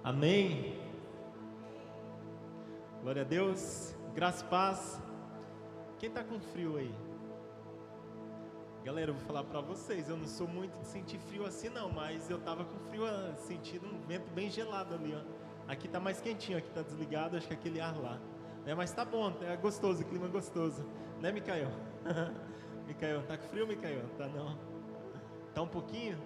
Amém. Glória a Deus. Graça e paz. Quem está com frio aí? Galera, eu vou falar para vocês, eu não sou muito de sentir frio assim não, mas eu tava com frio, sentindo um vento bem gelado ali, ó. Aqui tá mais quentinho, aqui tá desligado, acho que é aquele ar lá. Mas tá bom, é gostoso, o clima é gostoso. Né, Micael? Micael, tá com frio, Micael? Tá não? Tá um pouquinho?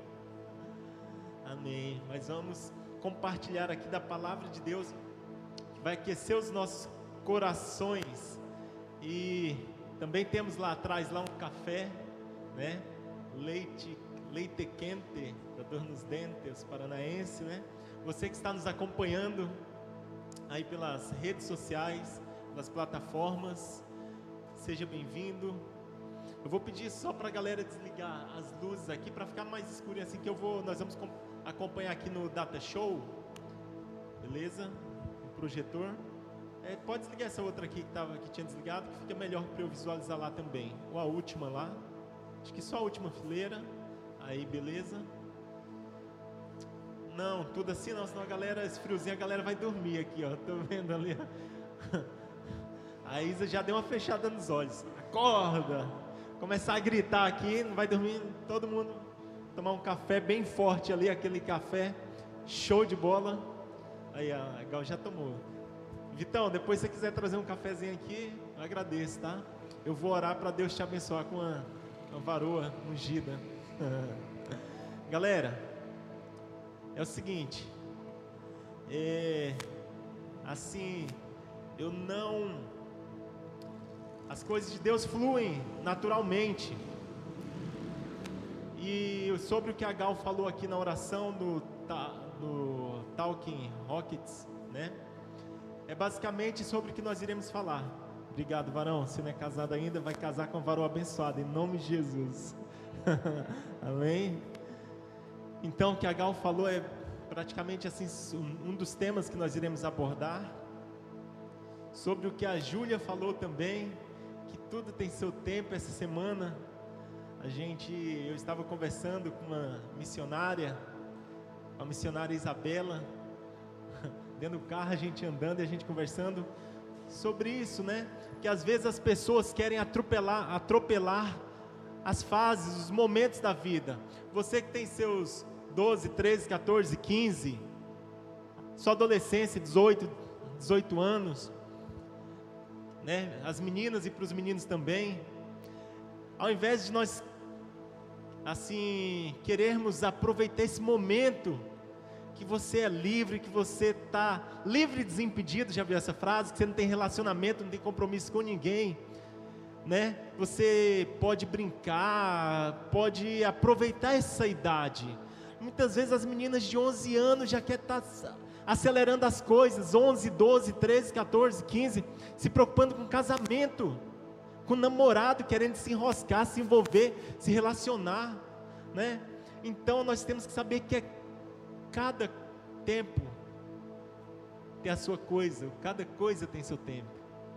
Amém. Mas vamos compartilhar aqui da palavra de Deus, que vai aquecer os nossos corações. E também temos lá atrás lá um café, né? Leite quente, da dor nos dentes, paranaense, né? Você que está nos acompanhando aí pelas redes sociais, pelas plataformas, seja bem-vindo. Eu vou pedir só para a galera desligar as luzes aqui para ficar mais escuro, assim que nós vamos acompanhar aqui no Data Show, beleza? O projetor. Pode desligar essa outra aqui que tinha desligado, que fica melhor para eu visualizar lá também. Ou a última lá. Acho que só a última fileira. Aí, beleza? Não, tudo assim não, senão a galera, esse friozinho, a galera vai dormir aqui, ó. Tô vendo ali. A Isa já deu uma fechada nos olhos. Acorda! Começar a gritar aqui, não vai dormir, todo mundo tomar um café bem forte ali, aquele café show de bola. Aí a Gal já tomou. Vitão, depois se você quiser trazer um cafezinho aqui, eu agradeço, tá? Eu vou orar para Deus te abençoar com uma varoa ungida. Galera, é o seguinte, assim, as coisas de Deus fluem naturalmente. E sobre o que a Gal falou aqui na oração do Talking Rockets, né? É basicamente sobre o que nós iremos falar. Obrigado, varão. Se não é casado ainda, vai casar com a varoa abençoada, em nome de Jesus. Amém? Então, o que a Gal falou é praticamente assim, um dos temas que nós iremos abordar. Sobre o que a Júlia falou também, que tudo tem seu tempo. Essa semana, eu estava conversando com uma missionária, a missionária Isabela, dentro do carro, a gente andando e a gente conversando sobre isso, né? Que às vezes as pessoas querem atropelar as fases, os momentos da vida. Você que tem seus 12, 13, 14, 15, sua adolescência, 18 anos, né? As meninas e para os meninos também. Ao invés de nós, assim, querermos aproveitar esse momento que você é livre, que você está livre e desimpedido, já viu essa frase? Que você não tem relacionamento, não tem compromisso com ninguém, né? Você pode brincar, pode aproveitar essa idade. Muitas vezes as meninas de 11 anos já querem estar acelerando as coisas, 11, 12, 13, 14, 15, se preocupando com casamento, com namorado, querendo se enroscar, se envolver, se relacionar, né? Então nós temos que saber que cada tempo tem a sua coisa, cada coisa tem seu tempo.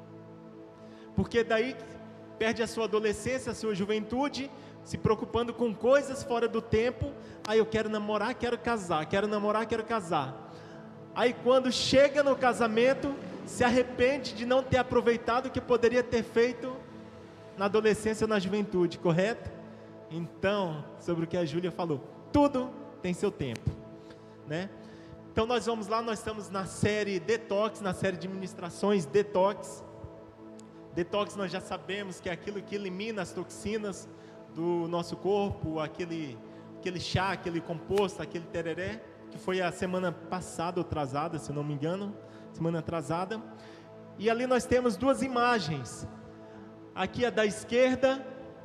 Porque daí perde a sua adolescência, a sua juventude, se preocupando com coisas fora do tempo. Aí eu quero namorar, quero casar, quero namorar, quero casar. Aí quando chega no casamento, se arrepende de não ter aproveitado o que poderia ter feito na adolescência ou na juventude, correto? Então, sobre o que a Júlia falou, tudo tem seu tempo, né? Então nós vamos lá, nós estamos na série Detox, na série de ministrações Detox. Detox nós já sabemos que é aquilo que elimina as toxinas do nosso corpo, aquele chá, aquele composto, aquele tereré, que foi a semana passada ou atrasada, se não me engano, semana atrasada. E ali nós temos duas imagens. Aqui a da esquerda,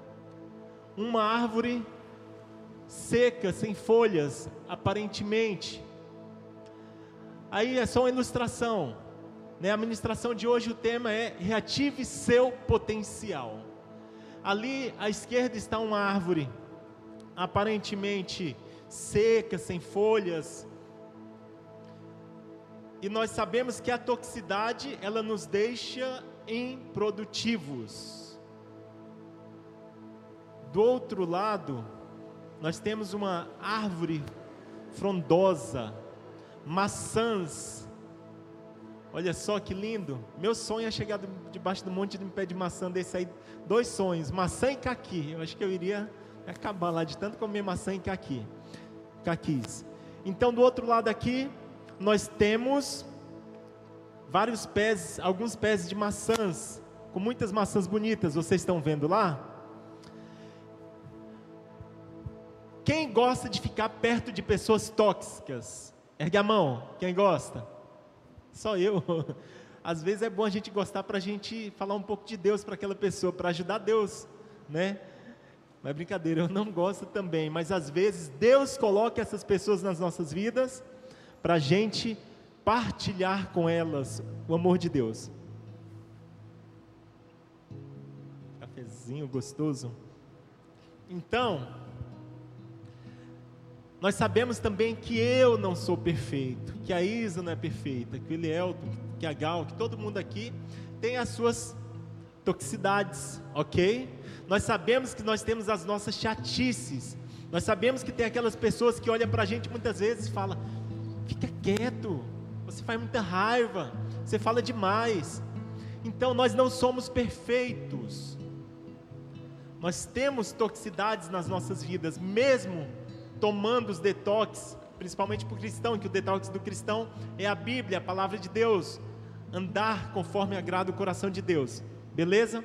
uma árvore seca, sem folhas, aparentemente. Aí é só uma ilustração, né? A ministração de hoje, o tema é reative seu potencial. Ali à esquerda está uma árvore aparentemente seca, sem folhas. E nós sabemos que a toxicidade, ela nos deixa improdutivos. Do outro lado, nós temos uma árvore frondosa, maçãs. Olha só que lindo. Meu sonho é chegar debaixo do monte de um pé de maçã desse aí. 2 sonhos, maçã e caqui. Eu acho que eu iria acabar lá de tanto comer maçã e caquis. Então do outro lado aqui, nós temos vários pés, alguns pés de maçãs, com muitas maçãs bonitas. Vocês estão vendo lá? Quem gosta de ficar perto de pessoas tóxicas? Ergue a mão, quem gosta? Só eu. Às vezes é bom a gente gostar para a gente falar um pouco de Deus para aquela pessoa, para ajudar Deus, né? Mas brincadeira, eu não gosto também, mas às vezes Deus coloca essas pessoas nas nossas vidas para a gente partilhar com elas o amor de Deus. Cafezinho gostoso. Então, nós sabemos também que eu não sou perfeito, que a Isa não é perfeita, que o Elielton, que a Gal, que todo mundo aqui tem as suas toxicidades, ok? Nós sabemos que nós temos as nossas chatices, nós sabemos que tem aquelas pessoas que olham para a gente muitas vezes e falam: fica quieto, você faz muita raiva, você fala demais. Então nós não somos perfeitos, nós temos toxicidades nas nossas vidas, mesmo tomando os detox, principalmente para o cristão, que o detox do cristão é a Bíblia, a palavra de Deus, andar conforme agrada o coração de Deus, beleza?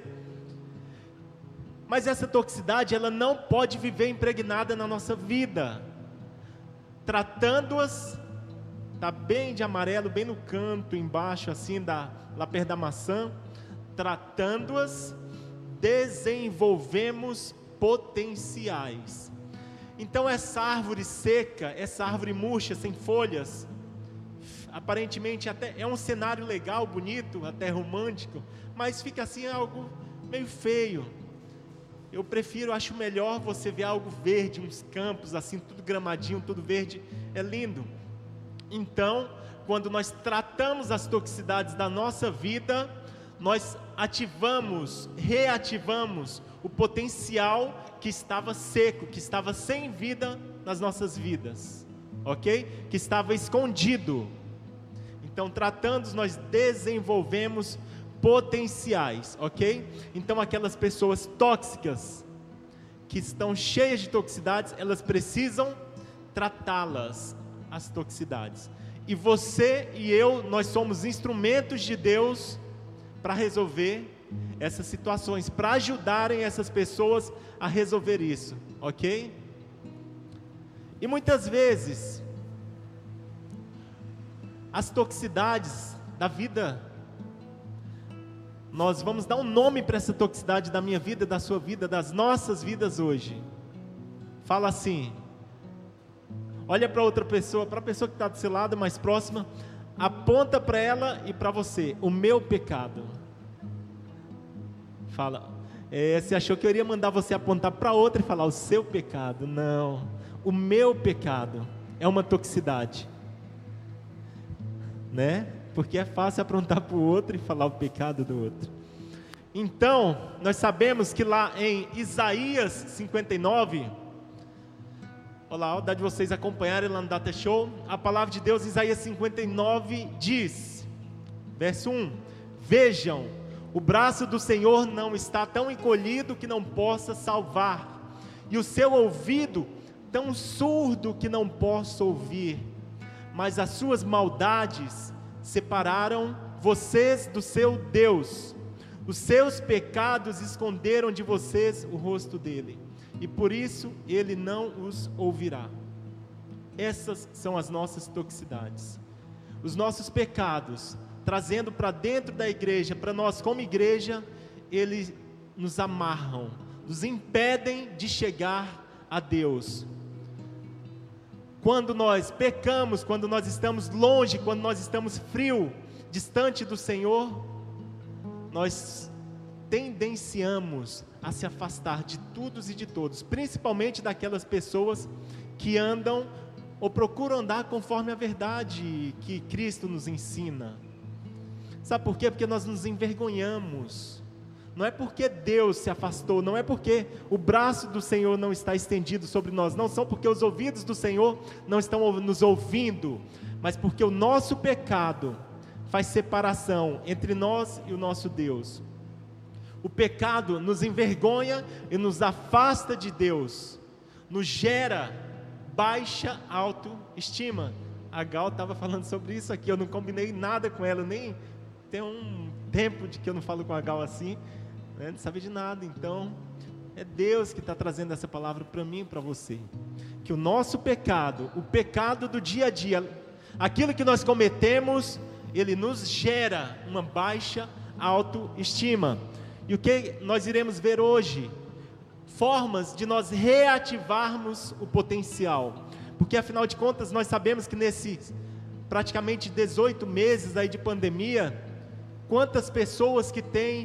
Mas essa toxicidade, ela não pode viver impregnada na nossa vida. Tratando-as, está bem de amarelo, bem no canto, embaixo assim, lá perto da maçã. Tratando-as, desenvolvemos potenciais. Então essa árvore seca, essa árvore murcha, sem folhas, aparentemente até é um cenário legal, bonito, até romântico, mas fica assim algo meio feio. Eu prefiro, acho melhor você ver algo verde, uns campos assim, tudo gramadinho, tudo verde, é lindo. Então, quando nós tratamos as toxicidades da nossa vida, nós reativamos o potencial que estava seco, que estava sem vida nas nossas vidas, ok? Que estava escondido. Então, tratando, nós desenvolvemos potenciais, ok? Então aquelas pessoas tóxicas, que estão cheias de toxicidades, elas precisam tratá-las, as toxicidades. E você e eu, nós somos instrumentos de Deus para resolver essas situações, para ajudarem essas pessoas a resolver isso, ok? E muitas vezes as toxicidades da vida, nós vamos dar um nome para essa toxicidade da minha vida, da sua vida, das nossas vidas hoje. Fala assim, olha para outra pessoa, para a pessoa que está do seu lado, mais próxima, aponta para ela e para você: o meu pecado. Fala, você achou que eu iria mandar você apontar para outra e falar o seu pecado? Não, o meu pecado é uma toxicidade, né? Porque é fácil apontar para o outro e falar o pecado do outro. Então, nós sabemos que lá em Isaías 59, olá, dá de vocês acompanharem lá no Data Show, a palavra de Deus, Isaías 59 diz, verso 1: vejam, o braço do Senhor não está tão encolhido que não possa salvar, e o seu ouvido tão surdo que não possa ouvir, mas as suas maldades separaram vocês do seu Deus, os seus pecados esconderam de vocês o rosto dele, e por isso ele não os ouvirá. Essas são as nossas toxicidades, os nossos pecados, trazendo para dentro da igreja, para nós como igreja, eles nos amarram, nos impedem de chegar a Deus. Quando nós pecamos, quando nós estamos longe, quando nós estamos frio, distante do Senhor, nós tendenciamos a se afastar de todos e de todos, principalmente daquelas pessoas que andam ou procuram andar conforme a verdade que Cristo nos ensina. Sabe por quê? Porque nós nos envergonhamos, Não é porque Deus se afastou, não é porque o braço do Senhor não está estendido sobre nós, não são porque os ouvidos do Senhor não estão nos ouvindo, mas porque o nosso pecado faz separação entre nós e o nosso Deus. O pecado nos envergonha e nos afasta de Deus, nos gera baixa autoestima. A Gal estava falando sobre isso aqui, eu não combinei nada com ela, nem tem um tempo de que eu não falo com a Gal assim, né? Não sabia de nada. Então é Deus que está trazendo essa palavra para mim e para você, que o nosso pecado, o pecado do dia a dia, aquilo que nós cometemos, ele nos gera uma baixa autoestima. E o que nós iremos ver hoje? Formas de nós reativarmos o potencial, porque afinal de contas nós sabemos que nesses praticamente 18 meses aí de pandemia, quantas pessoas que têm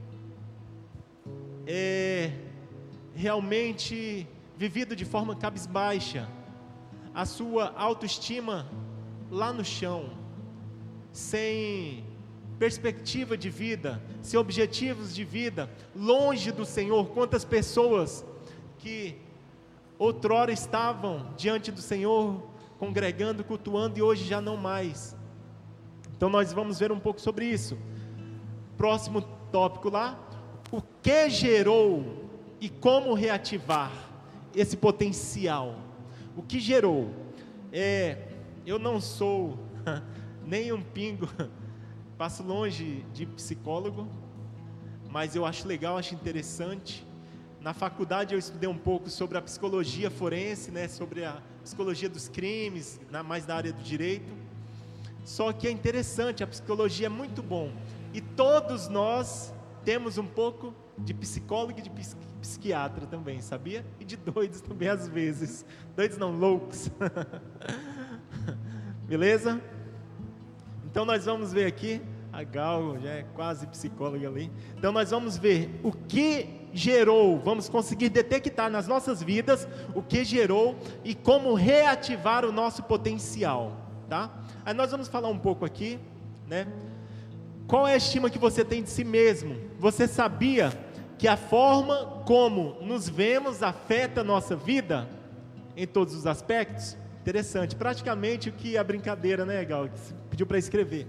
realmente vivido de forma cabisbaixa, a sua autoestima lá no chão, sem perspectiva de vida, sem objetivos de vida, longe do Senhor. Quantas pessoas que outrora estavam diante do Senhor, congregando, cultuando, e hoje já não mais. Então nós vamos ver um pouco sobre isso. Próximo tópico lá, o que gerou e como reativar esse potencial. O que gerou? Eu não sou nem um pingo, passo longe de psicólogo, mas eu acho legal, acho interessante. Na faculdade eu estudei um pouco sobre a psicologia forense, né, sobre a psicologia dos crimes, mais da área do direito. Só que é interessante, a psicologia é muito bom, e todos nós temos um pouco de psicólogo e de psiquiatra também, sabia? E de doidos também às vezes, doidos não, loucos. Beleza? Então nós vamos ver aqui, a Gal já é quase psicóloga ali. Então nós vamos ver o que gerou, vamos conseguir detectar nas nossas vidas o que gerou e como reativar o nosso potencial, tá? Aí nós vamos falar um pouco aqui, né? Qual é a estima que você tem de si mesmo? Você sabia que a forma como nos vemos afeta a nossa vida em todos os aspectos? Interessante, praticamente o que a brincadeira, né, Gal, que você pediu para escrever.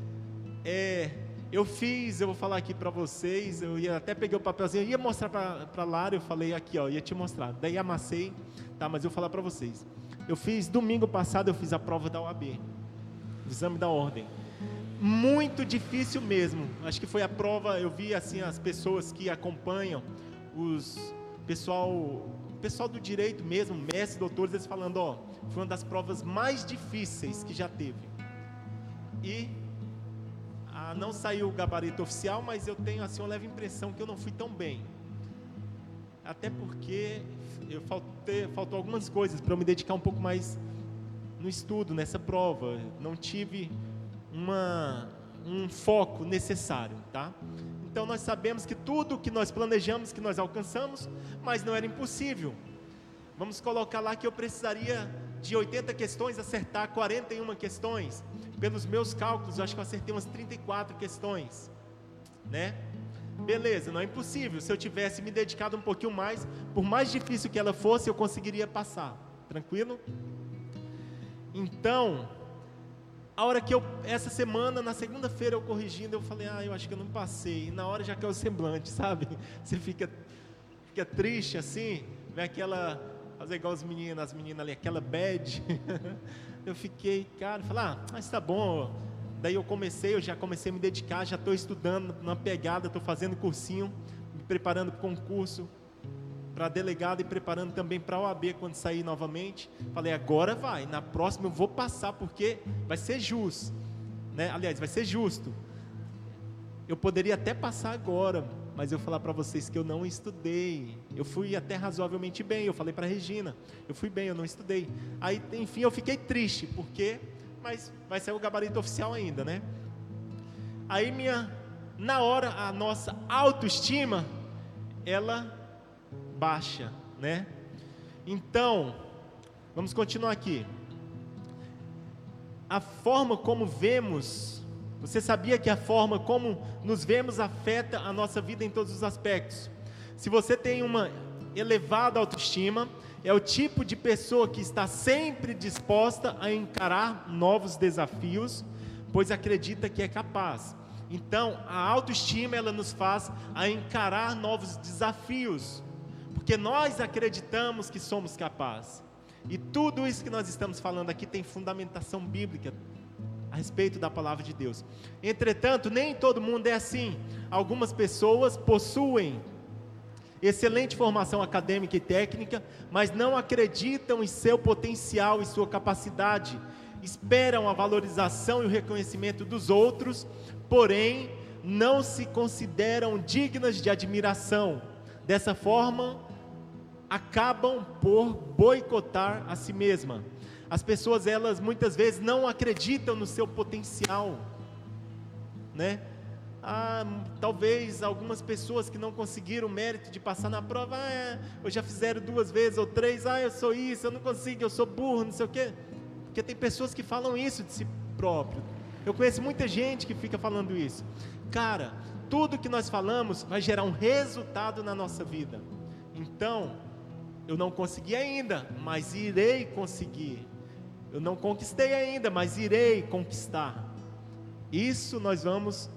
Eu vou falar aqui para vocês, eu até peguei o papelzinho, eu ia mostrar para Lara, eu falei aqui, ó, ia te mostrar, daí amassei, tá, mas eu vou falar para vocês. Domingo passado eu fiz a prova da OAB, o exame da ordem, muito difícil mesmo, acho que foi a prova, eu vi assim as pessoas que acompanham, pessoal do direito mesmo, mestres, doutores, eles falando, ó, foi uma das provas mais difíceis que já teve, e não saiu o gabarito oficial, mas eu tenho assim uma leve impressão que eu não fui tão bem, até porque faltou algumas coisas para eu me dedicar um pouco mais no estudo, nessa prova, não tive um foco necessário, tá? Então nós sabemos que tudo que nós planejamos, que nós alcançamos, mas não era impossível. Vamos colocar lá que eu precisaria de 80 questões, acertar 41 questões. Pelos meus cálculos, eu acho que eu acertei umas 34 questões, né? Beleza, não é impossível. Se eu tivesse me dedicado um pouquinho mais, por mais difícil que ela fosse, eu conseguiria passar. Tranquilo? Então, a hora que essa semana, na segunda-feira, eu corrigindo, eu falei, eu acho que eu não passei. E na hora já caiu o semblante, sabe? Você fica triste assim, vem aquela, fazer igual as meninas ali, aquela bad. Eu fiquei, cara, falei, mas tá bom. Daí eu já comecei a me dedicar, já estou estudando na pegada, estou fazendo cursinho, me preparando para o concurso, para delegado e preparando também para a OAB quando sair novamente. Falei, agora vai, na próxima eu vou passar, porque vai ser justo, né? Aliás, vai ser justo. Eu poderia até passar agora, mas eu falar para vocês que eu não estudei. Eu fui até razoavelmente bem, eu falei para a Regina, eu fui bem, eu não estudei. Aí, enfim, eu fiquei triste, mas vai sair o gabarito oficial ainda, né? Aí na hora, a nossa autoestima, ela baixa, né? Então, vamos continuar aqui. A forma como vemos Você sabia que a forma como nos vemos afeta a nossa vida em todos os aspectos? Se você tem uma elevada autoestima, é o tipo de pessoa que está sempre disposta a encarar novos desafios, pois acredita que é capaz. Então, a autoestima, ela nos faz a encarar novos desafios, porque nós acreditamos que somos capazes. E tudo isso que nós estamos falando aqui tem fundamentação bíblica a respeito da palavra de Deus. Entretanto, nem todo mundo é assim. Algumas pessoas possuem excelente formação acadêmica e técnica, mas não acreditam em seu potencial e sua capacidade. Esperam a valorização e o reconhecimento dos outros, porém não se consideram dignas de admiração. Dessa forma, acabam por boicotar a si mesma. As pessoas, elas muitas vezes não acreditam no seu potencial, né? Talvez algumas pessoas que não conseguiram o mérito de passar na prova, ou já fizeram 2 vezes ou 3, eu sou isso, eu não consigo, eu sou burro, não sei o quê. Porque tem pessoas que falam isso de si próprio. Eu conheço muita gente que fica falando isso. Cara, tudo que nós falamos vai gerar um resultado na nossa vida. Então, eu não consegui ainda, mas irei conseguir. Eu não conquistei ainda, mas irei conquistar. Isso nós vamos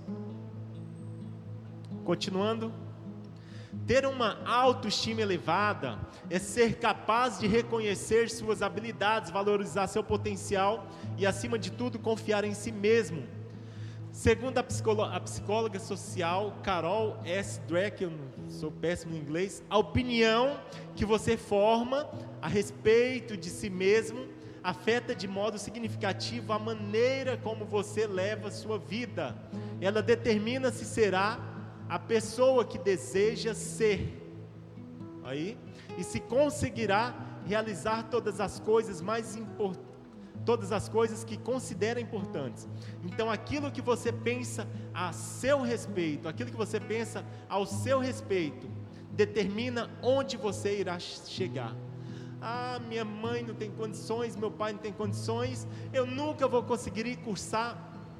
continuando. Ter uma autoestima elevada é ser capaz de reconhecer suas habilidades, valorizar seu potencial e, acima de tudo, confiar em si mesmo. Segundo a psicóloga social Carol S. Dweck, eu sou péssimo em inglês, a opinião que você forma a respeito de si mesmo afeta de modo significativo a maneira como você leva a sua vida. Ela determina se será a pessoa que deseja ser, aí, e se conseguirá realizar todas as coisas todas as coisas que considera importantes. Então, aquilo que você pensa a seu respeito, aquilo que você pensa ao seu respeito, determina onde você irá chegar. Minha mãe não tem condições, meu pai não tem condições, eu nunca vou conseguir cursar,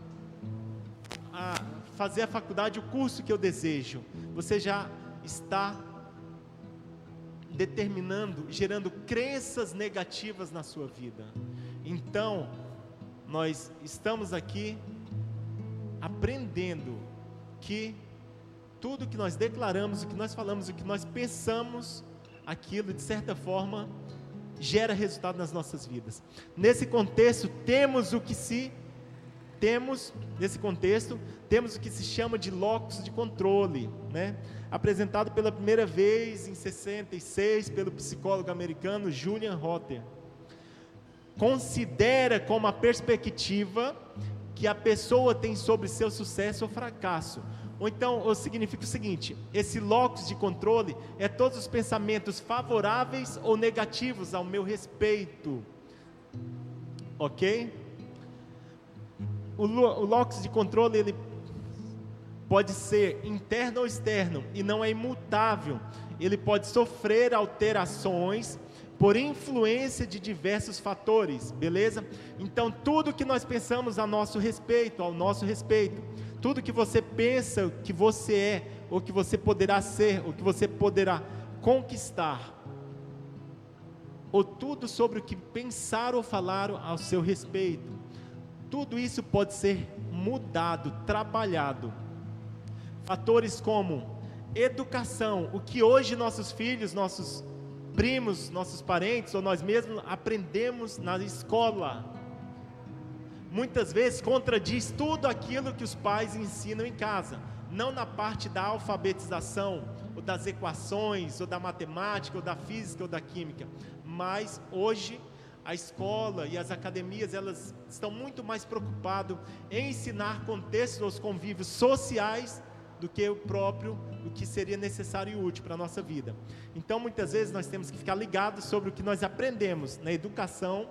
fazer a faculdade, o curso que eu desejo. Você já está determinando, gerando crenças negativas na sua vida. Então, nós estamos aqui aprendendo que tudo que nós declaramos, o que nós falamos, o que nós pensamos, aquilo de certa forma gera resultado nas nossas vidas. Nesse contexto, temos o que se chama de locus de controle, né? Apresentado pela primeira vez em 66 pelo psicólogo americano Julian Rotter. Considera como a perspectiva que a pessoa tem sobre seu sucesso ou fracasso. Ou então, significa o seguinte: esse locus de controle é todos os pensamentos favoráveis ou negativos ao meu respeito. Ok? O locus de controle, ele pode ser interno ou externo, e não é imutável. Ele pode sofrer alterações por influência de diversos fatores, beleza? Então, tudo que nós pensamos ao nosso respeito, tudo que você pensa que você é, ou que você poderá ser, ou que você poderá conquistar, ou tudo sobre o que pensar ou falar ao seu respeito, tudo isso pode ser mudado, trabalhado. Fatores como educação, o que hoje nossos filhos, nossos primos, nossos parentes ou nós mesmos aprendemos na escola, muitas vezes contradiz tudo aquilo que os pais ensinam em casa, não na parte da alfabetização, ou das equações, ou da matemática, ou da física, ou da química, mas hoje a escola e as academias, elas estão muito mais preocupadas em ensinar contextos, os convívios sociais, do que o que seria necessário e útil para a nossa vida. Então, muitas vezes nós temos que ficar ligados sobre o que nós aprendemos na educação,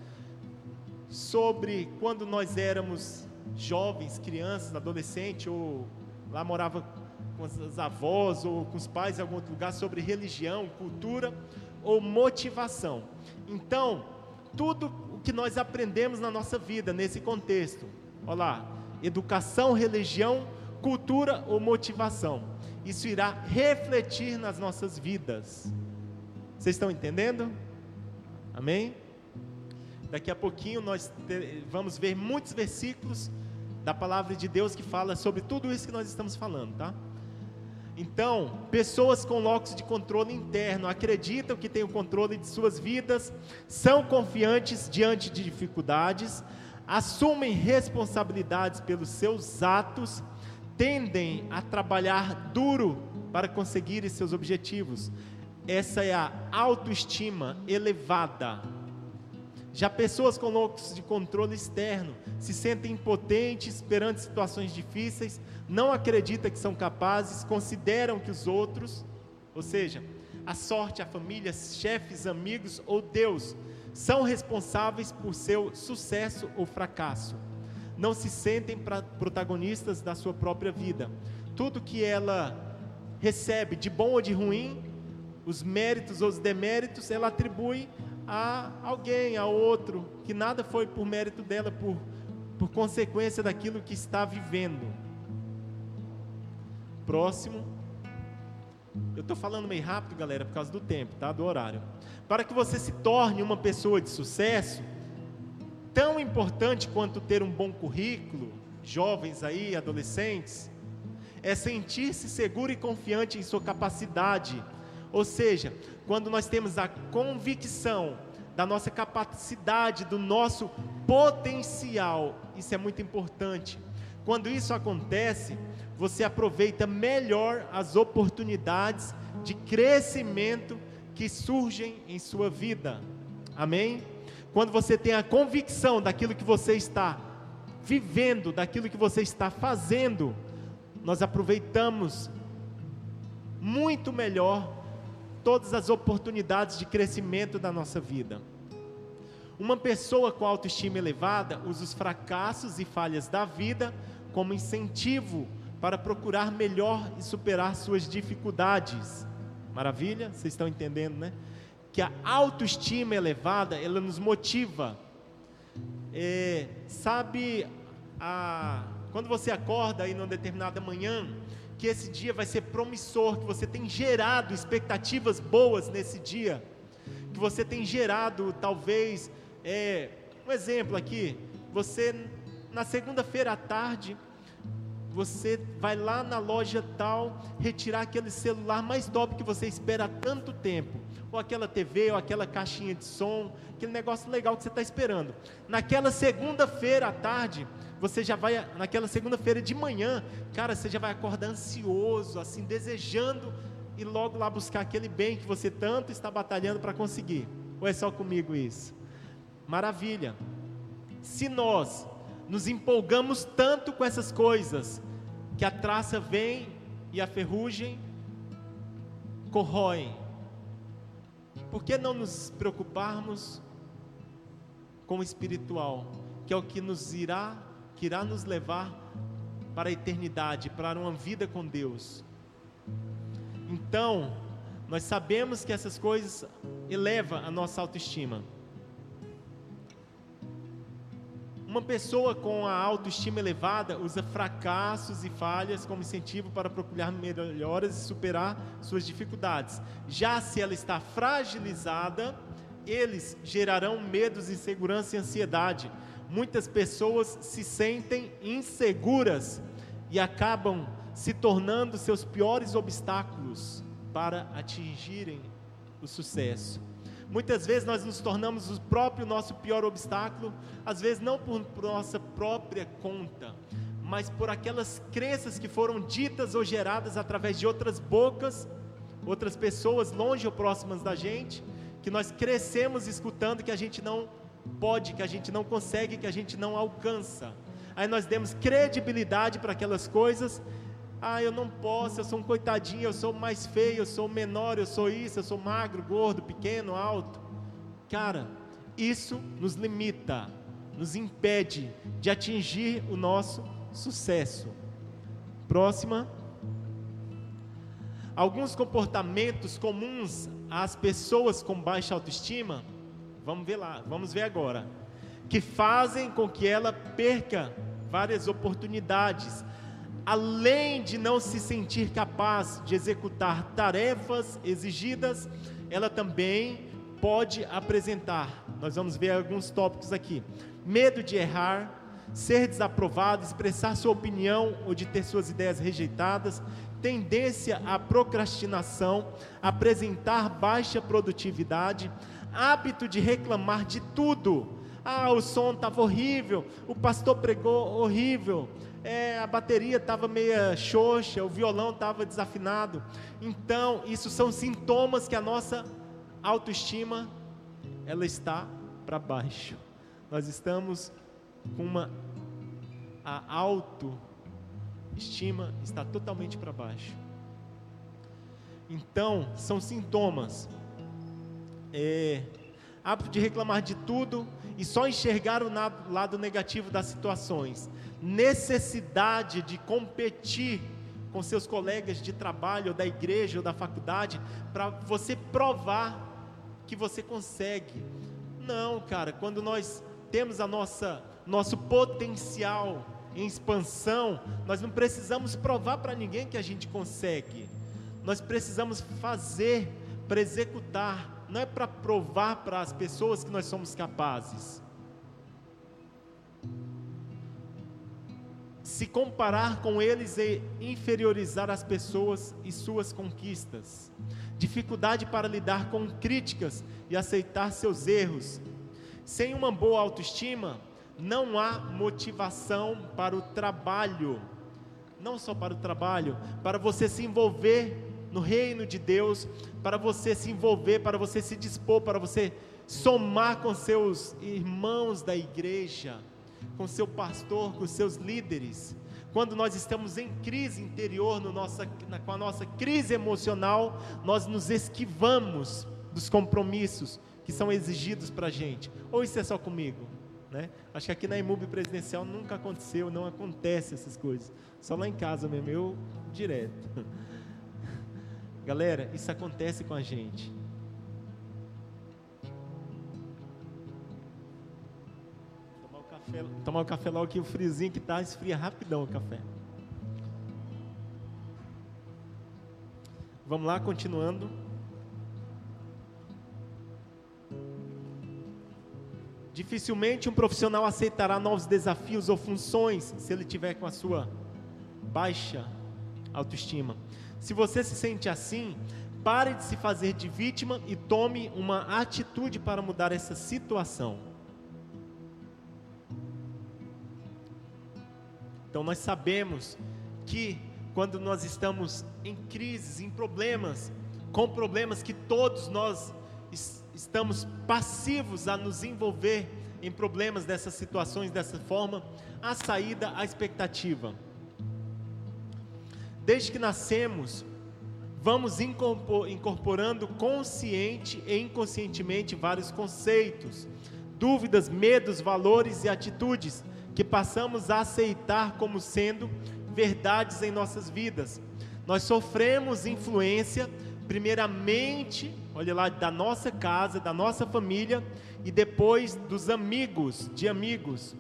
sobre quando nós éramos jovens, crianças, adolescentes, ou lá morava com os avós ou com os pais em algum outro lugar, sobre religião, cultura ou motivação. Então, tudo o que nós aprendemos na nossa vida nesse contexto, olha lá, educação, religião, cultura ou motivação. Isso irá refletir nas nossas vidas. Vocês estão entendendo? Amém? Daqui a pouquinho nós vamos ver muitos versículos da palavra de Deus que fala sobre tudo isso que nós estamos falando, tá? Então, pessoas com locus de controle interno acreditam que têm o controle de suas vidas, são confiantes diante de dificuldades, assumem responsabilidades pelos seus atos, tendem a trabalhar duro para conseguir seus objetivos. Essa é a autoestima elevada. Já pessoas com locus de controle externo se sentem impotentes perante situações difíceis, não acreditam que são capazes, consideram que os outros, ou seja, a sorte, a família, chefes, amigos ou Deus, são responsáveis por seu sucesso ou fracasso. Não se sentem protagonistas da sua própria vida. Tudo que ela recebe, de bom ou de ruim, os méritos ou os deméritos, ela atribui a alguém, a outro, que nada foi por mérito dela, por consequência daquilo que está vivendo. Próximo. Eu estou falando meio rápido, galera, por causa do tempo, tá? Do horário. Para que você se torne uma pessoa de sucesso, tão importante quanto ter um bom currículo, jovens aí, adolescentes, é sentir-se seguro e confiante em sua capacidade. Ou seja, quando nós temos a convicção da nossa capacidade, do nosso potencial, isso é muito importante. Quando isso acontece, você aproveita melhor as oportunidades de crescimento que surgem em sua vida. Amém? Quando você tem a convicção daquilo que você está vivendo, daquilo que você está fazendo, nós aproveitamos muito melhor todas as oportunidades de crescimento da nossa vida. Uma pessoa com autoestima elevada usa os fracassos e falhas da vida como incentivo para procurar melhor e superar suas dificuldades. Maravilha? Vocês estão entendendo, né? Que a autoestima elevada, ela nos motiva. Quando você acorda aí numa determinada manhã, que esse dia vai ser promissor, que você tem gerado expectativas boas nesse dia, que você tem gerado, talvez, um exemplo aqui, você, na segunda-feira à tarde, você vai lá na loja tal, retirar aquele celular mais top que você espera há tanto tempo, ou aquela TV, ou aquela caixinha de som, aquele negócio legal que você está esperando. Naquela segunda-feira à tarde, você já vai, naquela segunda-feira de manhã, cara, você já vai acordar ansioso, assim, desejando ir logo lá buscar aquele bem que você tanto está batalhando para conseguir. Ou é só comigo isso? Maravilha. Se nós nos empolgamos tanto com essas coisas, que a traça vem e a ferrugem corroem, por que não nos preocuparmos com o espiritual, que é o que irá nos levar para a eternidade, para uma vida com Deus? Então, nós sabemos que essas coisas elevam a nossa autoestima. Uma pessoa com a autoestima elevada usa fracassos e falhas como incentivo para procurar melhoras e superar suas dificuldades. Já se ela está fragilizada, eles gerarão medos, insegurança e ansiedade. Muitas pessoas se sentem inseguras e acabam se tornando seus piores obstáculos para atingirem o sucesso. Muitas vezes nós nos tornamos o próprio nosso pior obstáculo, às vezes não por nossa própria conta, mas por aquelas crenças que foram ditas ou geradas através de outras bocas, outras pessoas longe ou próximas da gente, que nós crescemos escutando que a gente não pode, que a gente não consegue, que a gente não alcança. Aí nós demos credibilidade para aquelas coisas. Eu não posso, eu sou um coitadinho, eu sou mais feio, eu sou menor, eu sou isso, eu sou magro, gordo, pequeno, alto. Cara, isso nos limita, nos impede de atingir o nosso sucesso. Próxima. Alguns comportamentos comuns às pessoas com baixa autoestima, vamos ver agora, que fazem com que ela perca várias oportunidades. Além de não se sentir capaz de executar tarefas exigidas, ela também pode apresentar, nós vamos ver alguns tópicos aqui: medo de errar, ser desaprovado, expressar sua opinião ou de ter suas ideias rejeitadas, tendência à procrastinação, apresentar baixa produtividade, hábito de reclamar de tudo. O som estava horrível, o pastor pregou horrível, a bateria estava meia xoxa, o violão estava desafinado. Então, isso são sintomas que a nossa autoestima, ela está para baixo. Nós estamos com a autoestima está totalmente para baixo. Então, são sintomas. Hábito de reclamar de tudo e só enxergar o lado negativo das situações. Necessidade de competir com seus colegas de trabalho, ou da igreja, ou da faculdade, para você provar que você consegue. Não, cara, quando nós temos nosso potencial em expansão, nós não precisamos provar para ninguém que a gente consegue. Nós precisamos fazer para executar. Não é para provar para as pessoas que nós somos capazes. Se comparar com eles e inferiorizar as pessoas e suas conquistas. Dificuldade para lidar com críticas e aceitar seus erros. Sem uma boa autoestima, não há motivação para o trabalho. Não só para o trabalho, para você se envolver no reino de Deus, para você se envolver, para você se dispor, para você somar com seus irmãos da igreja, com seu pastor, com seus líderes. Quando nós estamos em crise interior, com a nossa crise emocional, nós nos esquivamos dos compromissos que são exigidos para a gente. Ou isso é só comigo? Né? Acho que aqui na IMUB Presidencial nunca aconteceu, não acontece essas coisas. Só lá em casa mesmo, eu direto. Galera, isso acontece com a gente. Tomar o café logo que o friozinho que tá, esfria rapidão o café. Vamos lá, continuando. Dificilmente um profissional aceitará novos desafios ou funções se ele tiver com a sua baixa autoestima. Se você se sente assim, pare de se fazer de vítima e tome uma atitude para mudar essa situação. Então nós sabemos que quando nós estamos em crises, em problemas, com problemas que todos nós estamos passivos a nos envolver em problemas dessas situações, dessa forma, a saída, a expectativa. Desde que nascemos, vamos incorporando consciente e inconscientemente vários conceitos, dúvidas, medos, valores e atitudes que passamos a aceitar como sendo verdades em nossas vidas. Nós sofremos influência, primeiramente, olha lá, da nossa casa, da nossa família, e depois dos amigos, de amigos.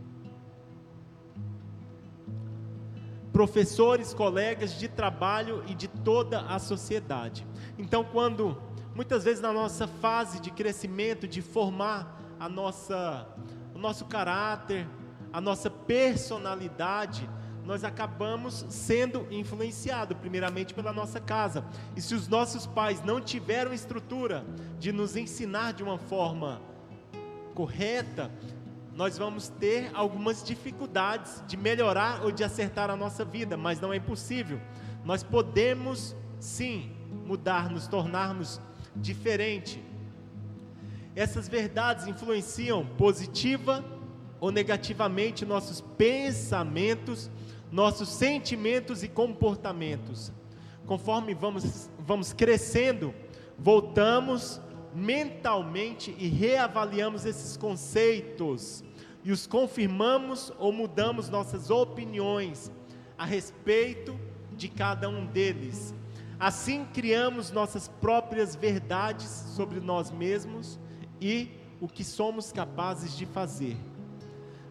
Professores, colegas de trabalho e de toda a sociedade. Então, quando, muitas vezes na nossa fase de crescimento, de formar o nosso caráter, a nossa personalidade, nós acabamos sendo influenciados, primeiramente pela nossa casa. E se os nossos pais não tiveram estrutura de nos ensinar de uma forma correta, nós vamos ter algumas dificuldades de melhorar ou de acertar a nossa vida, mas não é impossível. Nós podemos sim mudar, nos tornarmos diferente. Essas verdades influenciam positiva ou negativamente nossos pensamentos, nossos sentimentos e comportamentos. Conforme vamos crescendo, voltamos mentalmente e reavaliamos esses conceitos e os confirmamos ou mudamos nossas opiniões a respeito de cada um deles. Assim criamos nossas próprias verdades sobre nós mesmos e o que somos capazes de fazer.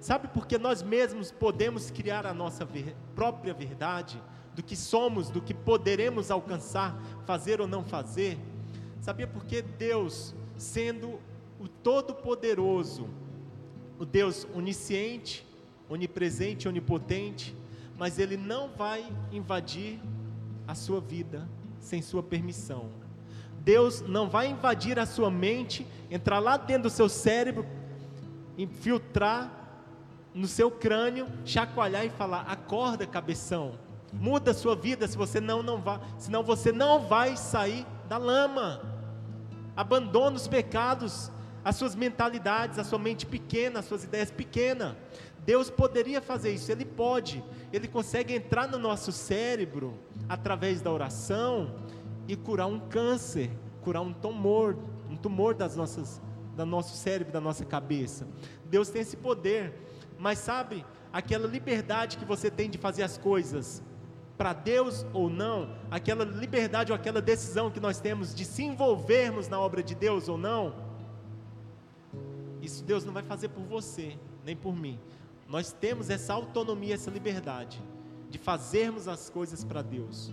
Sabe, porque nós mesmos podemos criar a nossa própria verdade, do que somos, do que poderemos alcançar, fazer ou não fazer. Sabia, porque Deus, sendo o Todo-Poderoso, o Deus onisciente, onipresente, onipotente, mas Ele não vai invadir a sua vida sem sua permissão. Deus não vai invadir a sua mente, entrar lá dentro do seu cérebro, infiltrar no seu crânio, chacoalhar e falar: acorda, cabeção, muda a sua vida, senão você não vai sair da lama. Abandona os pecados, as suas mentalidades, a sua mente pequena, as suas ideias pequenas. Deus poderia fazer isso, Ele pode, Ele consegue entrar no nosso cérebro, através da oração, e curar um câncer, curar um tumor do nosso cérebro, da nossa cabeça. Deus tem esse poder, mas sabe, aquela liberdade que você tem de fazer as coisas, para Deus ou não, aquela liberdade ou aquela decisão que nós temos de se envolvermos na obra de Deus ou não, isso Deus não vai fazer por você, nem por mim. Nós temos essa autonomia, essa liberdade, de fazermos as coisas para Deus.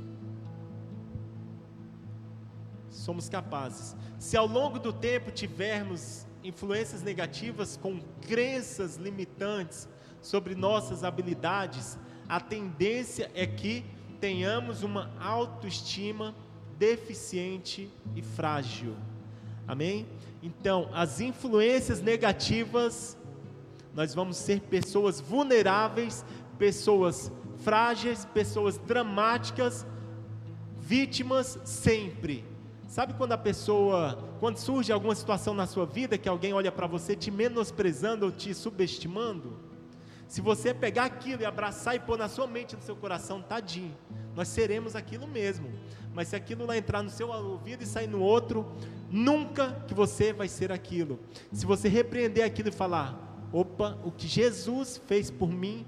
Somos capazes. Se ao longo do tempo tivermos influências negativas com crenças limitantes sobre nossas habilidades, a tendência é que tenhamos uma autoestima deficiente e frágil. Amém? Então, as influências negativas, nós vamos ser pessoas vulneráveis, pessoas frágeis, pessoas dramáticas, vítimas sempre. Sabe quando surge alguma situação na sua vida, que alguém olha para você te menosprezando ou te subestimando? Se você pegar aquilo e abraçar e pôr na sua mente, no seu coração, tadinho, nós seremos aquilo mesmo. Mas se aquilo lá entrar no seu ouvido e sair no outro, nunca que você vai ser aquilo. Se você repreender aquilo e falar: opa, o que Jesus fez por mim,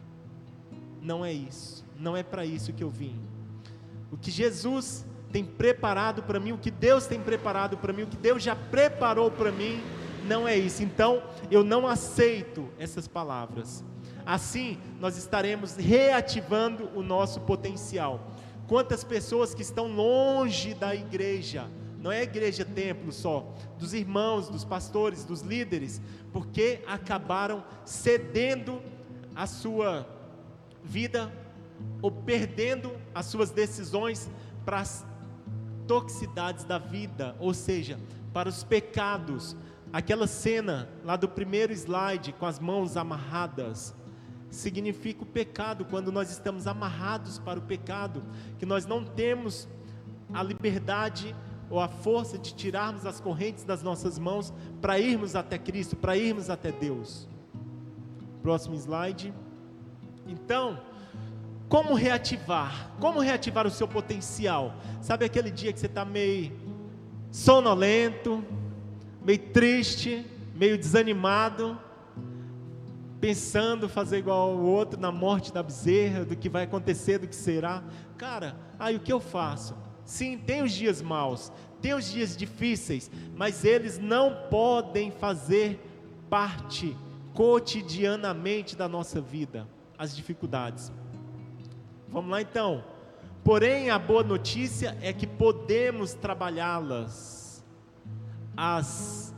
não é isso, não é para isso que eu vim. O que Jesus tem preparado para mim, o que Deus tem preparado para mim, o que Deus já preparou para mim, não é isso. Então, eu não aceito essas palavras. Assim, nós estaremos reativando o nosso potencial. Quantas pessoas que estão longe da igreja, não é a igreja templo só, dos irmãos, dos pastores, dos líderes, porque acabaram cedendo a sua vida, ou perdendo as suas decisões para as toxicidades da vida, ou seja, para os pecados. Aquela cena lá do primeiro slide, com as mãos amarradas, significa o pecado. Quando nós estamos amarrados para o pecado, que nós não temos a liberdade ou a força de tirarmos as correntes das nossas mãos para irmos até Cristo, para irmos até Deus. Próximo slide. Então, como reativar o seu potencial? Sabe aquele dia que você está meio sonolento, meio triste, meio desanimado, pensando fazer igual ao outro na morte da bezerra, do que vai acontecer, do que será? Cara, o que eu faço? Sim, tem os dias maus, tem os dias difíceis, mas eles não podem fazer parte cotidianamente da nossa vida, as dificuldades. Vamos lá então. Porém, a boa notícia é que podemos trabalhá-las, as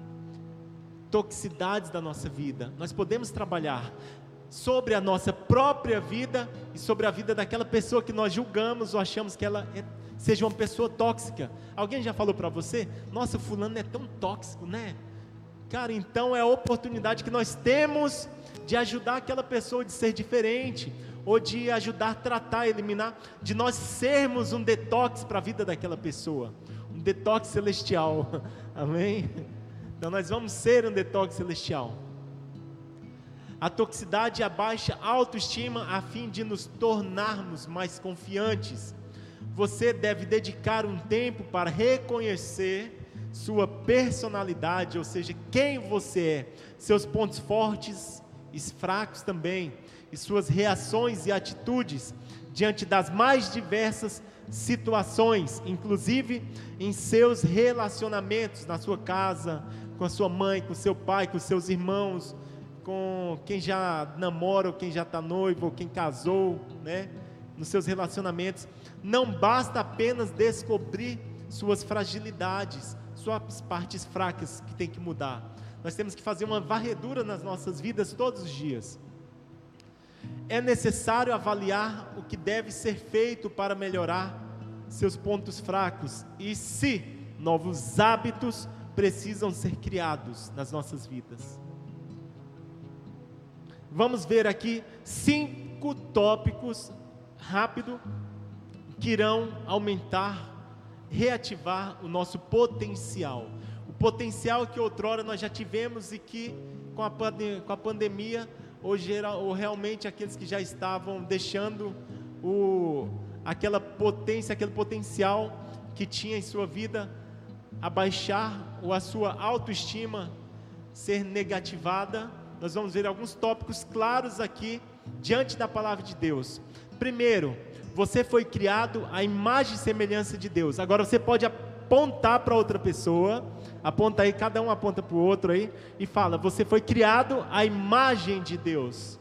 toxicidades da nossa vida. Nós podemos trabalhar sobre a nossa própria vida e sobre a vida daquela pessoa que nós julgamos ou achamos que ela seja uma pessoa tóxica. Alguém já falou para você: nossa, fulano é tão tóxico, né? Cara, então é a oportunidade que nós temos de ajudar aquela pessoa de ser diferente, ou de ajudar a tratar, eliminar, de nós sermos um detox para a vida daquela pessoa, um detox celestial, amém? Então nós vamos ser um detox celestial. A toxicidade e a baixa autoestima, a fim de nos tornarmos mais confiantes. Você deve dedicar um tempo para reconhecer sua personalidade, ou seja, quem você é, seus pontos fortes e fracos também, e suas reações e atitudes diante das mais diversas situações, inclusive em seus relacionamentos, na sua casa, com a sua mãe, com seu pai, com seus irmãos, com quem já namora, ou quem já está noivo, ou quem casou, né? Nos seus relacionamentos. Não basta apenas descobrir suas fragilidades, suas partes fracas que tem que mudar. Nós temos que fazer uma varredura nas nossas vidas todos os dias. É necessário avaliar o que deve ser feito para melhorar seus pontos fracos e se novos hábitos precisam ser criados nas nossas vidas. Vamos ver aqui 5 tópicos rápido que irão aumentar, reativar o nosso potencial. O potencial que outrora nós já tivemos e que com a pandemia, ou realmente aqueles que já estavam deixando aquela potência, aquele potencial que tinha em sua vida abaixar, ou a sua autoestima ser negativada. Nós vamos ver alguns tópicos claros aqui diante da palavra de Deus. Primeiro, você foi criado à imagem e semelhança de Deus. Agora você pode apontar para outra pessoa, aponta aí, cada um aponta para o outro aí e fala: você foi criado à imagem de Deus.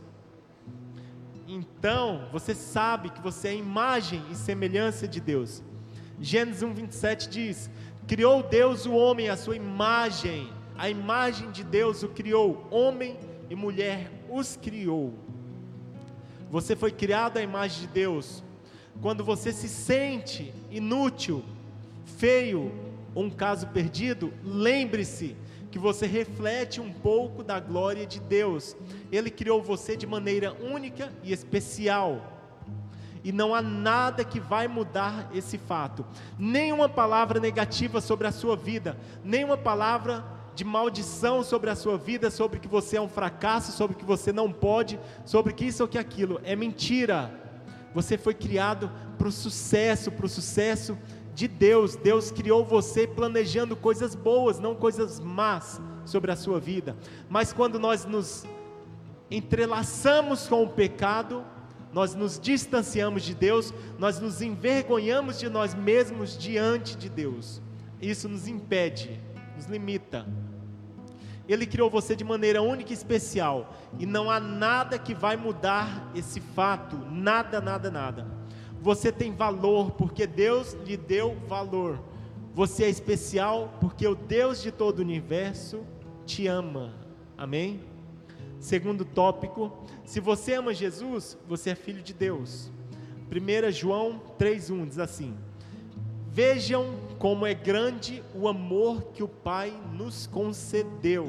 Então, você sabe que você é a imagem e semelhança de Deus. Gênesis 1:27 diz: criou Deus o homem à sua imagem, a imagem de Deus o criou, homem e mulher os criou. Você foi criado à imagem de Deus. Quando você se sente inútil, feio ou um caso perdido, lembre-se que você reflete um pouco da glória de Deus. Ele criou você de maneira única e especial, e não há nada que vai mudar esse fato. Nenhuma palavra negativa sobre a sua vida, nenhuma palavra de maldição sobre a sua vida, sobre que você é um fracasso, sobre que você não pode, sobre que isso ou que aquilo, é mentira. Você foi criado para o sucesso de Deus. Deus criou você planejando coisas boas, não coisas más sobre a sua vida. Mas quando nós nos entrelaçamos com o pecado, nós nos distanciamos de Deus, nós nos envergonhamos de nós mesmos diante de Deus. Isso nos impede, nos limita. Ele criou você de maneira única e especial, e não há nada que vai mudar esse fato, nada, nada, nada. Você tem valor porque Deus lhe deu valor. Você é especial porque o Deus de todo o universo te ama. Amém? Segundo tópico, se você ama Jesus, você é filho de Deus. 1 João 3:1 diz assim: vejam como é grande o amor que o Pai nos concedeu,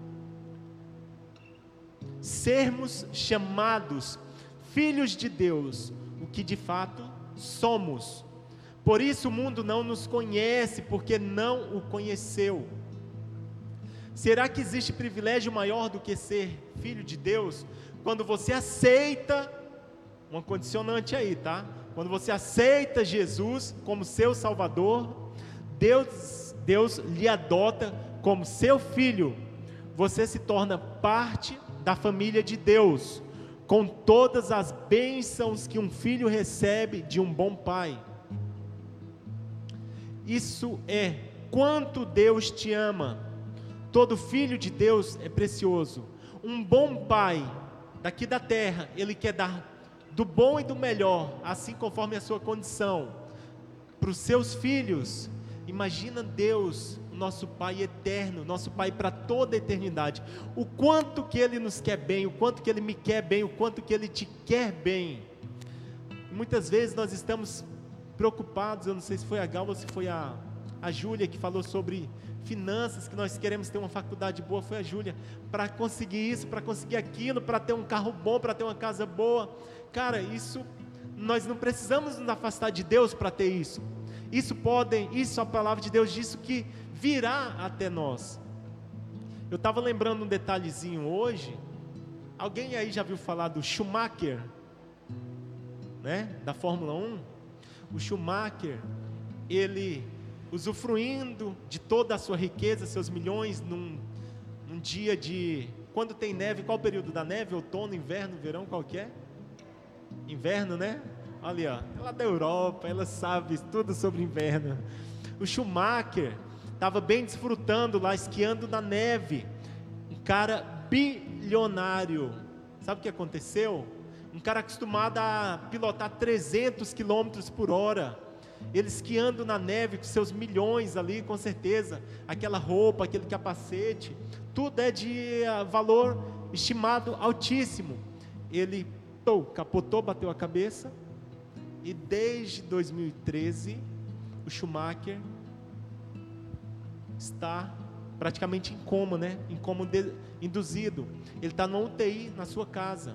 sermos chamados filhos de Deus, o que de fato somos. Por isso o mundo não nos conhece, porque não o conheceu. Será que existe privilégio maior do que ser filho de Deus? Quando você aceita, uma condicionante aí, tá? Quando você aceita Jesus como seu Salvador, Deus lhe adota como seu filho. Você se torna parte da família de Deus, com todas as bênçãos que um filho recebe de um bom pai. Isso é quanto Deus te ama. Todo filho de Deus é precioso. Um bom pai daqui da terra, ele quer dar do bom e do melhor, assim conforme a sua condição, para os seus filhos. Imagina Deus, nosso Pai eterno, nosso Pai para toda a eternidade, o quanto que Ele nos quer bem, o quanto que Ele me quer bem, o quanto que Ele te quer bem. Muitas vezes nós estamos preocupados, eu não sei se foi a Gal ou se foi a Júlia que falou sobre finanças, que nós queremos ter uma faculdade boa, foi a Júlia, para conseguir isso, para conseguir aquilo, para ter um carro bom, para ter uma casa boa. Cara, isso, nós não precisamos nos afastar de Deus para ter isso. Isso a palavra de Deus diz que virá até nós. Eu estava lembrando um detalhezinho hoje. Alguém aí já viu falar do Schumacher, né? Da Fórmula 1? O Schumacher, ele usufruindo de toda a sua riqueza, seus milhões, num dia de... Quando tem neve, qual o período da neve? Outono, inverno, verão, qual que é? Inverno, né? Olha, ó, ela é da Europa, ela sabe tudo sobre inverno. O Schumacher estava bem desfrutando lá, esquiando na neve. Um cara bilionário. Sabe o que aconteceu? Um cara acostumado a pilotar 300 quilômetros por hora, ele esquiando na neve com seus milhões ali, com certeza, aquela roupa, aquele capacete, tudo é de valor estimado altíssimo. Ele capotou, bateu a cabeça, e desde 2013, o Schumacher está praticamente em coma, né? Em coma induzido. Ele está no UTI na sua casa.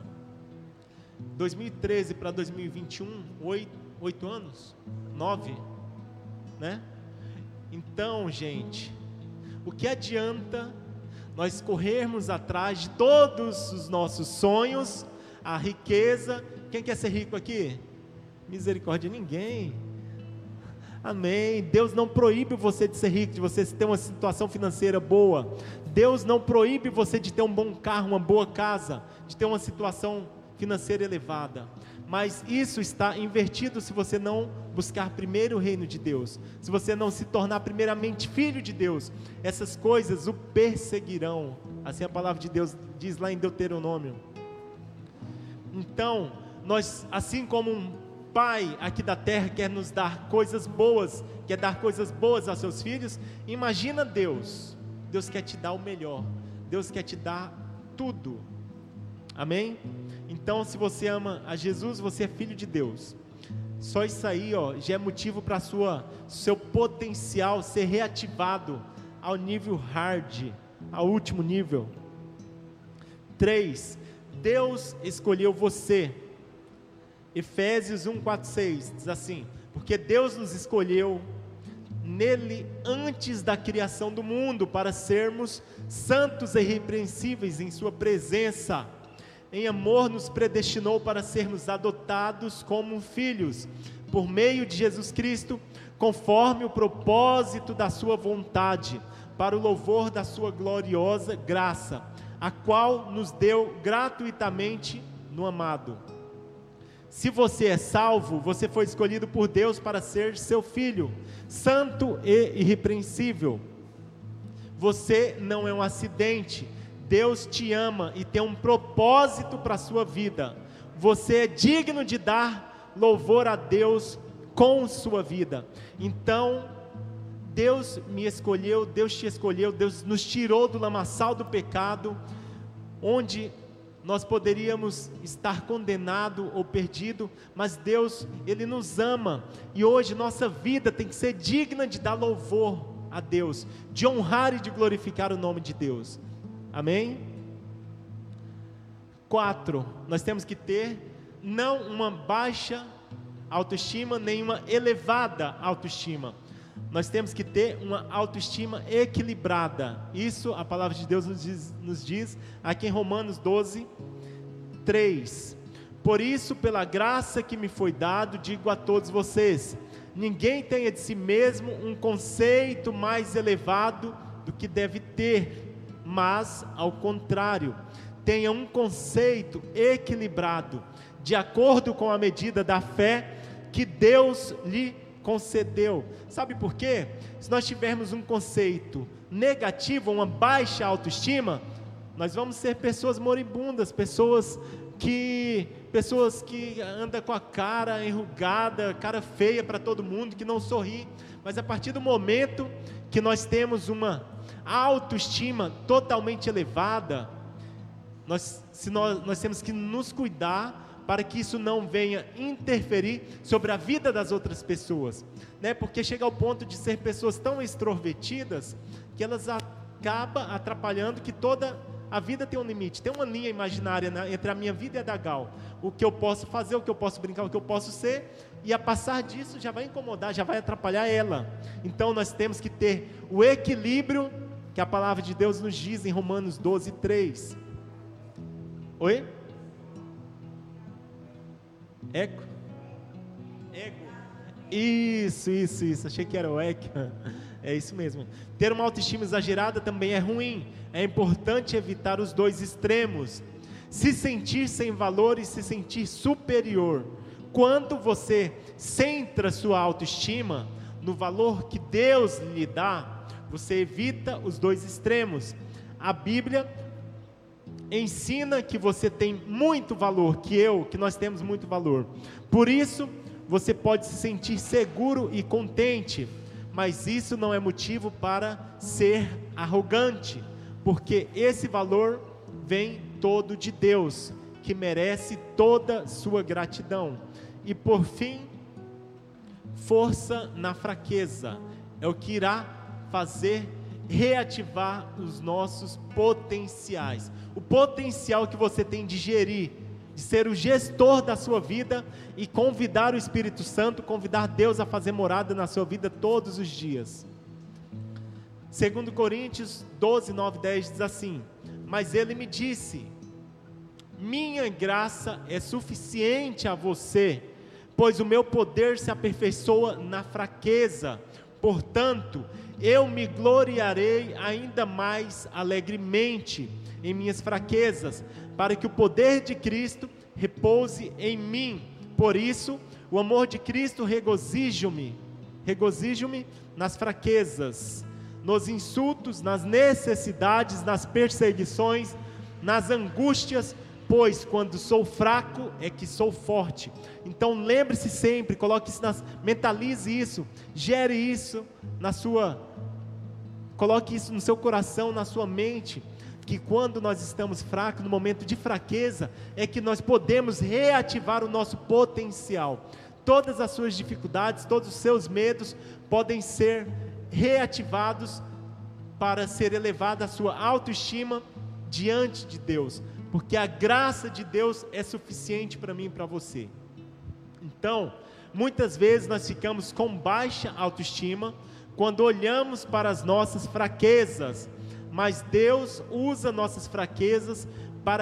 2013 para 2021, 8 anos? 9, né? Então, gente, o que adianta nós corrermos atrás de todos os nossos sonhos, a riqueza? Quem quer ser rico aqui? Misericórdia, ninguém. Amém. Deus não proíbe você de ser rico, de você ter uma situação financeira boa. Deus não proíbe você de ter um bom carro, uma boa casa, de ter uma situação financeira elevada. Mas isso está invertido se você não buscar primeiro o reino de Deus, se você não se tornar primeiramente filho de Deus. Essas coisas o perseguirão, assim a palavra de Deus diz lá em Deuteronômio. Então, nós, assim como um pai aqui da terra quer nos dar coisas boas, quer dar coisas boas aos seus filhos, imagina Deus. Deus quer te dar o melhor, Deus quer te dar tudo. Amém? Então, se você ama a Jesus, você é filho de Deus. Só isso aí, já é motivo para seu potencial ser reativado ao nível hard, ao último nível. 3. Deus escolheu você. Efésios 1:4-6 diz assim: porque Deus nos escolheu nele antes da criação do mundo, para sermos santos e irrepreensíveis em sua presença. Em amor nos predestinou para sermos adotados como filhos, por meio de Jesus Cristo, conforme o propósito da sua vontade, para o louvor da sua gloriosa graça, a qual nos deu gratuitamente no amado. Se você é salvo, você foi escolhido por Deus para ser seu filho, santo e irrepreensível. Você não é um acidente. Deus te ama e tem um propósito para a sua vida. Você é digno de dar louvor a Deus com sua vida. Então, Deus me escolheu, Deus te escolheu, Deus nos tirou do lamaçal do pecado, onde nós poderíamos estar condenado ou perdido, mas Deus, Ele nos ama, e hoje nossa vida tem que ser digna de dar louvor a Deus, de honrar e de glorificar o nome de Deus. Amém? 4, nós temos que ter não uma baixa autoestima, nem uma elevada autoestima. Nós temos que ter uma autoestima equilibrada. Isso a palavra de Deus nos diz aqui em Romanos 12:3. Por isso, pela graça que me foi dado, digo a todos vocês: ninguém tenha de si mesmo um conceito mais elevado do que deve ter, mas, ao contrário, tenha um conceito equilibrado, de acordo com a medida da fé que Deus lhe concedeu. Sabe por quê? Se nós tivermos um conceito negativo, uma baixa autoestima, nós vamos ser pessoas moribundas, pessoas que andam com a cara enrugada, cara feia para todo mundo, que não sorri. Mas a partir do momento que nós temos uma autoestima totalmente elevada, nós temos que nos cuidar para que isso não venha interferir sobre a vida das outras pessoas, né? Porque chega ao ponto de ser pessoas tão extrovertidas que elas acabam atrapalhando, que toda a vida tem um limite, tem uma linha imaginária entre a minha vida e a da Gal, o que eu posso fazer, o que eu posso brincar, o que eu posso ser, e a passar disso já vai incomodar, já vai atrapalhar ela. Então nós temos que ter o equilíbrio que a palavra de Deus nos diz em Romanos 12:3. Oi? Ego? Isso, achei que era o ego. É isso mesmo. Ter uma autoestima exagerada também é ruim. É importante evitar os dois extremos. Se sentir sem valor e se sentir superior. Quando você centra sua autoestima no valor que Deus lhe dá, você evita os dois extremos. A Bíblia ensina que você tem muito valor, que nós temos muito valor. Por isso, você pode se sentir seguro e contente, mas isso não é motivo para ser arrogante, porque esse valor vem todo de Deus, que merece toda sua gratidão. E por fim, força na fraqueza é o que irá fazer reativar os nossos potenciais. O potencial que você tem de gerir, de ser o gestor da sua vida e convidar o Espírito Santo, convidar Deus a fazer morada na sua vida todos os dias. 2 Coríntios 12, 9, 10 diz assim: mas ele me disse: minha graça é suficiente a você, pois o meu poder se aperfeiçoa na fraqueza. Portanto, eu me gloriarei ainda mais alegremente em minhas fraquezas, para que o poder de Cristo repouse em mim. Por isso, o amor de Cristo regozijo-me nas fraquezas, nos insultos, nas necessidades, nas perseguições, nas angústias, pois quando sou fraco é que sou forte. Então lembre-se sempre, coloque isso, mentalize isso, gere isso coloque isso no seu coração, na sua mente, que quando nós estamos fracos, no momento de fraqueza, é que nós podemos reativar o nosso potencial. Todas as suas dificuldades, todos os seus medos podem ser reativados para ser elevada a sua autoestima diante de Deus, porque a graça de Deus é suficiente para mim e para você. Então, muitas vezes nós ficamos com baixa autoestima quando olhamos para as nossas fraquezas, mas Deus usa nossas fraquezas para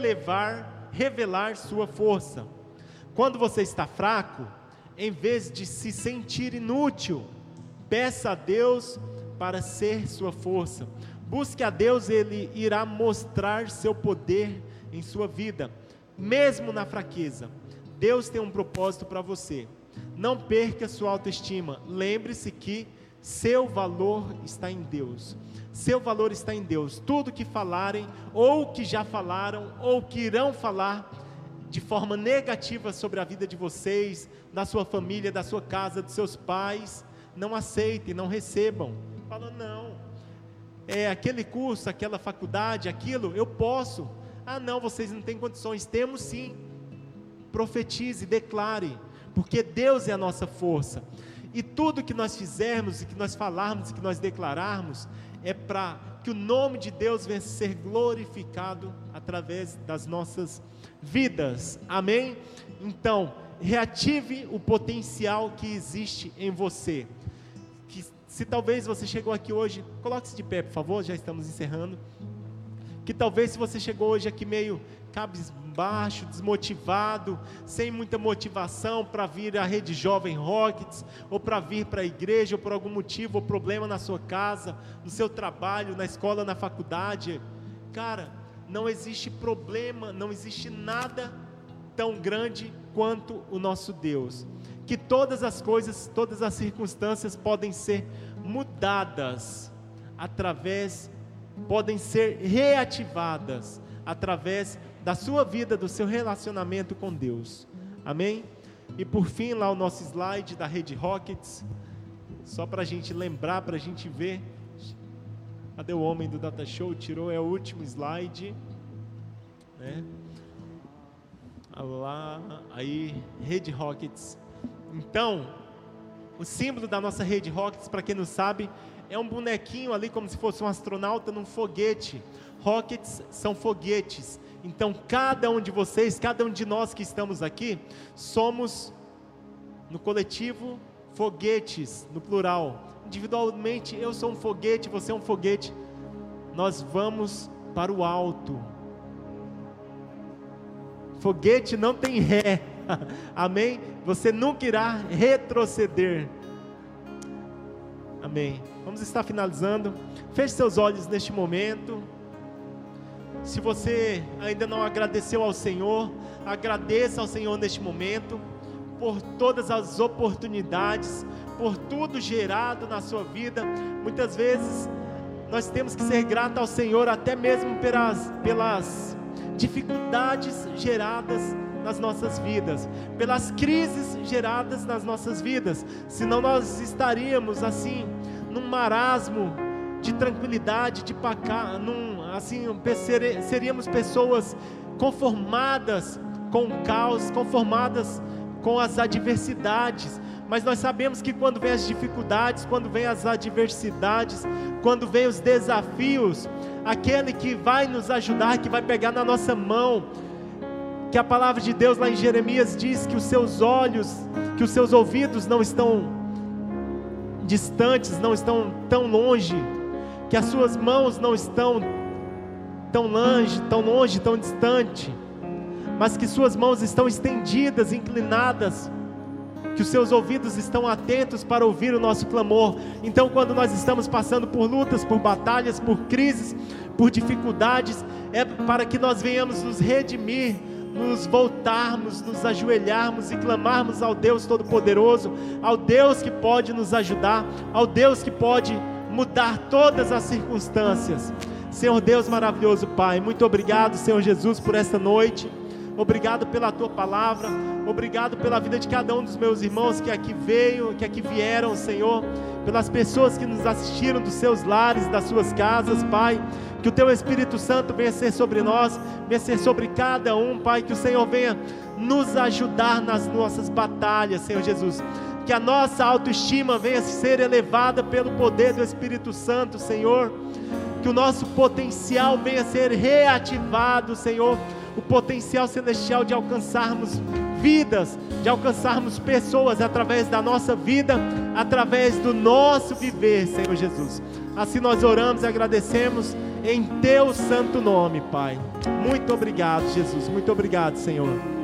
revelar sua força. Quando você está fraco, em vez de se sentir inútil, peça a Deus para ser sua força. Busque a Deus, Ele irá mostrar seu poder em sua vida, mesmo na fraqueza. Deus tem um propósito para você. Não perca sua autoestima. Lembre-se que seu valor está em Deus. Seu valor está em Deus. Tudo que falarem, ou que já falaram, ou que irão falar de forma negativa sobre a vida de vocês, da sua família, da sua casa, dos seus pais, não aceitem, não recebam. Fala, não, aquele curso, aquela faculdade, aquilo, eu posso. Ah não, vocês não têm condições. Temos sim. Profetize, declare, porque Deus é a nossa força. E tudo que nós fizermos, e que nós falarmos, e que nós declararmos, é para que o nome de Deus venha ser glorificado através das nossas vidas, amém? Então, reative o potencial que existe em você. Que, se talvez você chegou aqui hoje, coloque-se de pé, por favor, já estamos encerrando. Que talvez se você chegou hoje aqui meio cabisbaixo, desmotivado, sem muita motivação para vir à Rede Jovem Rockets, ou para vir para a igreja, ou por algum motivo, ou problema na sua casa, no seu trabalho, na escola, na faculdade, cara, não existe problema, não existe nada tão grande quanto o nosso Deus, que todas as coisas, todas as circunstâncias podem ser mudadas, podem ser reativadas, através da sua vida, do seu relacionamento com Deus, amém? E por fim, lá o nosso slide da Rede Rockets, só para a gente lembrar, para a gente ver, cadê o homem do Data Show? Tirou, é o último slide, né? Lá, aí, Rede Rockets. Então, o símbolo da nossa Rede Rockets, para quem não sabe, é um bonequinho ali, como se fosse um astronauta num foguete. Rockets são foguetes. Então cada um de vocês, cada um de nós que estamos aqui, somos no coletivo foguetes, no plural. Individualmente eu sou um foguete, você é um foguete. Nós vamos para o alto. Foguete não tem ré. Amém? Você nunca irá retroceder. Amém. Vamos estar finalizando. Feche seus olhos neste momento. Se você ainda não agradeceu ao Senhor, agradeça ao Senhor neste momento, por todas as oportunidades, por tudo gerado na sua vida. Muitas vezes nós temos que ser gratos ao Senhor até mesmo pelas dificuldades geradas nas nossas vidas, pelas crises geradas nas nossas vidas. Senão nós estaríamos assim num marasmo de tranquilidade, de pacá, seríamos pessoas conformadas com o caos, conformadas com as adversidades. Mas nós sabemos que quando vem as dificuldades, quando vem as adversidades, quando vem os desafios, aquele que vai nos ajudar, que vai pegar na nossa mão, que a palavra de Deus lá em Jeremias diz que os seus olhos, que os seus ouvidos não estão distantes, não estão tão longe, que as suas mãos não estão tão longe, tão distante, mas que suas mãos estão estendidas, inclinadas, que os seus ouvidos estão atentos para ouvir o nosso clamor. Então, quando nós estamos passando por lutas, por batalhas, por crises, por dificuldades, é para que nós venhamos nos redimir, nos voltarmos, nos ajoelharmos e clamarmos ao Deus Todo-Poderoso, ao Deus que pode nos ajudar, ao Deus que pode mudar todas as circunstâncias. Senhor Deus maravilhoso, Pai, muito obrigado, Senhor Jesus, por esta noite. Obrigado pela Tua palavra, obrigado pela vida de cada um dos meus irmãos que aqui vieram, Senhor, pelas pessoas que nos assistiram dos seus lares, das suas casas, Pai. Que o Teu Espírito Santo venha ser sobre nós, venha ser sobre cada um, Pai. Que o Senhor venha nos ajudar nas nossas batalhas, Senhor Jesus. Que a nossa autoestima venha ser elevada pelo poder do Espírito Santo, Senhor. Que o nosso potencial venha ser reativado, Senhor. O potencial celestial de alcançarmos vidas, de alcançarmos pessoas através da nossa vida, através do nosso viver, Senhor Jesus. Assim nós oramos e agradecemos em Teu santo nome, Pai. Muito obrigado, Jesus. Muito obrigado, Senhor.